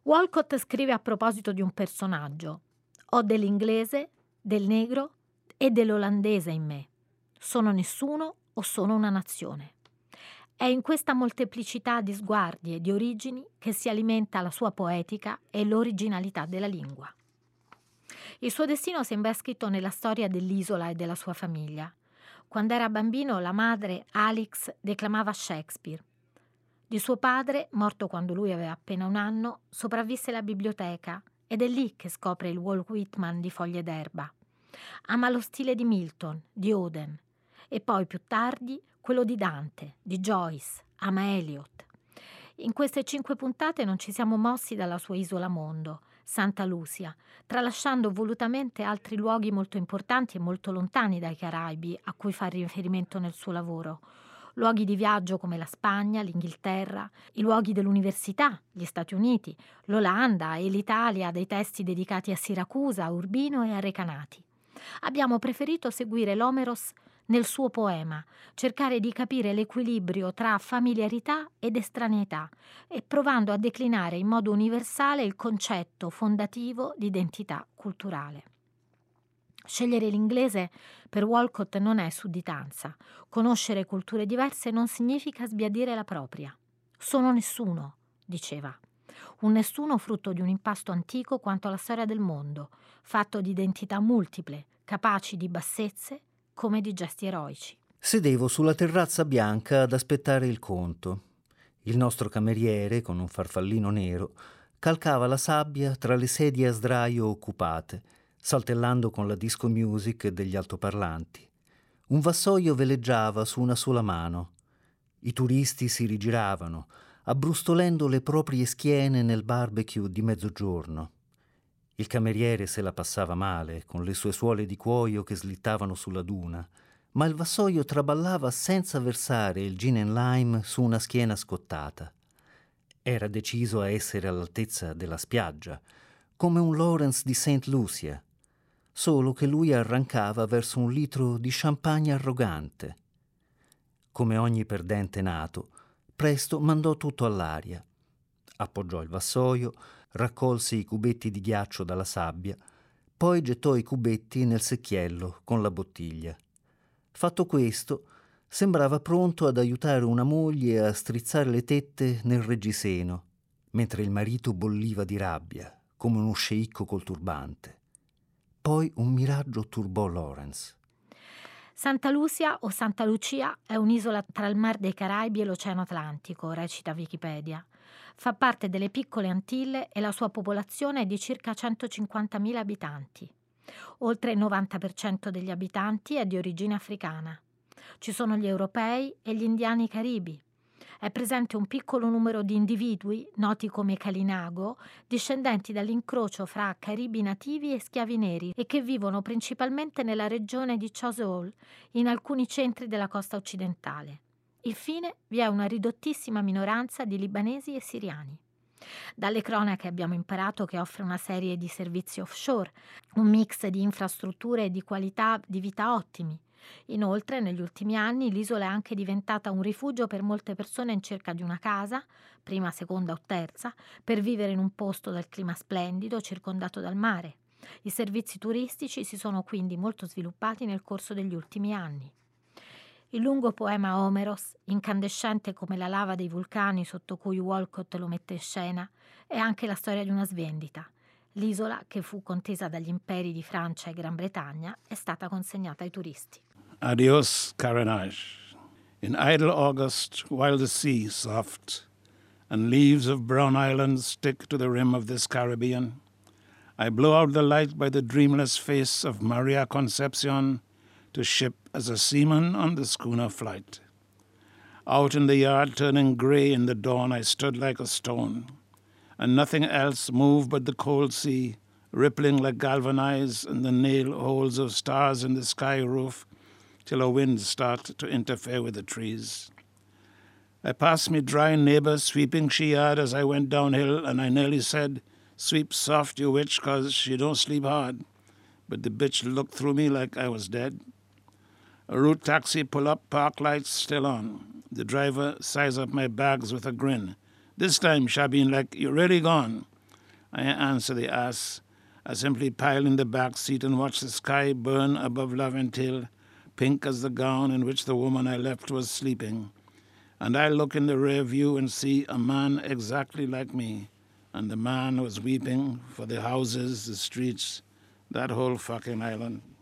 Walcott scrive a proposito di un personaggio: «Ho dell'inglese, del negro e dell'olandese in me. Sono nessuno o sono una nazione». È in questa molteplicità di sguardi e di origini che si alimenta la sua poetica e l'originalità della lingua. Il suo destino sembra scritto nella storia dell'isola e della sua famiglia. Quando era bambino, la madre, Alix, declamava Shakespeare. Di suo padre, morto quando lui aveva appena 1 anno, sopravvisse la biblioteca ed è lì che scopre il Walt Whitman di Foglie d'erba. Ama lo stile di Milton, di Auden e poi più tardi quello di Dante, di Joyce, ama Eliot. In queste 5 puntate non ci siamo mossi dalla sua isola mondo, Santa Lucia, tralasciando volutamente altri luoghi molto importanti e molto lontani dai Caraibi a cui fa riferimento nel suo lavoro. Luoghi di viaggio come la Spagna, l'Inghilterra, i luoghi dell'università, gli Stati Uniti, l'Olanda e l'Italia, dei testi dedicati a Siracusa, a Urbino e a Recanati. Abbiamo preferito seguire l'Homeros nel suo poema, cercare di capire l'equilibrio tra familiarità ed estraneità e provando a declinare in modo universale il concetto fondativo di identità culturale. Scegliere l'inglese per Walcott non è sudditanza. Conoscere culture diverse non significa sbiadire la propria. Sono nessuno, diceva. Un nessuno frutto di un impasto antico quanto alla storia del mondo, fatto di identità multiple, capaci di bassezze come di gesti eroici. Sedevo sulla terrazza bianca ad aspettare il conto. Il nostro cameriere, con un farfallino nero, calcava la sabbia tra le sedie a sdraio occupate, saltellando con la disco music degli altoparlanti. Un vassoio veleggiava su una sola mano. I turisti si rigiravano, abbrustolendo le proprie schiene nel barbecue di mezzogiorno. Il cameriere se la passava male, con le sue suole di cuoio che slittavano sulla duna, ma il vassoio traballava senza versare il gin and lime su una schiena scottata. Era deciso a essere all'altezza della spiaggia, come un Lawrence di St. Lucia, solo che lui arrancava verso un litro di champagne arrogante. Come ogni perdente nato, presto mandò tutto all'aria. Appoggiò il vassoio, raccolse i cubetti di ghiaccio dalla sabbia, poi gettò i cubetti nel secchiello con la bottiglia. Fatto questo, sembrava pronto ad aiutare una moglie a strizzare le tette nel reggiseno, mentre il marito bolliva di rabbia, come uno sceicco col turbante. Poi un miraggio turbò Lawrence. Santa Lucia o Santa Lucia è un'isola tra il Mar dei Caraibi e l'Oceano Atlantico, recita Wikipedia. Fa parte delle Piccole Antille e la sua popolazione è di circa 150.000 abitanti. Oltre il 90% degli abitanti è di origine africana. Ci sono gli europei e gli indiani caribi. È presente un piccolo numero di individui, noti come Kalinago, discendenti dall'incrocio fra caribi nativi e schiavi neri e che vivono principalmente nella regione di Choiseul, in alcuni centri della costa occidentale. Infine vi è una ridottissima minoranza di libanesi e siriani. Dalle cronache abbiamo imparato che offre una serie di servizi offshore, un mix di infrastrutture e di qualità di vita ottimi. Inoltre, negli ultimi anni, l'isola è anche diventata un rifugio per molte persone in cerca di una casa, prima, seconda o terza, per vivere in un posto dal clima splendido, circondato dal mare. I servizi turistici si sono quindi molto sviluppati nel corso degli ultimi anni. Il lungo poema Homeros, incandescente come la lava dei vulcani sotto cui Walcott lo mette in scena, è anche la storia di una svendita. L'isola, che fu contesa dagli imperi di Francia e Gran Bretagna, è stata consegnata ai turisti. Adios, Carenage. In idle August, while the sea soft and leaves of brown islands stick to the rim of this Caribbean, I blow out the light by the dreamless face of Maria Concepcion to ship as a seaman on the schooner Flight. Out in the yard, turning grey in the dawn, I stood like a stone, and nothing else moved but the cold sea, rippling like galvanized in the nail holes of stars in the sky roof, till a wind started to interfere with the trees. I passed me dry neighbour sweeping she yard as I went downhill, and I nearly said, "Sweep soft, you witch, 'cause she don't sleep hard." But the bitch looked through me like I was dead. A route taxi pull up, park lights still on. The driver size up my bags with a grin. This time, Shabin, like, "You really gone?" I answer the ass. I simply pile in the back seat and watch the sky burn above Laventille, pink as the gown in which the woman I left was sleeping. And I look in the rear view and see a man exactly like me. And the man was weeping for the houses, the streets, that whole fucking island.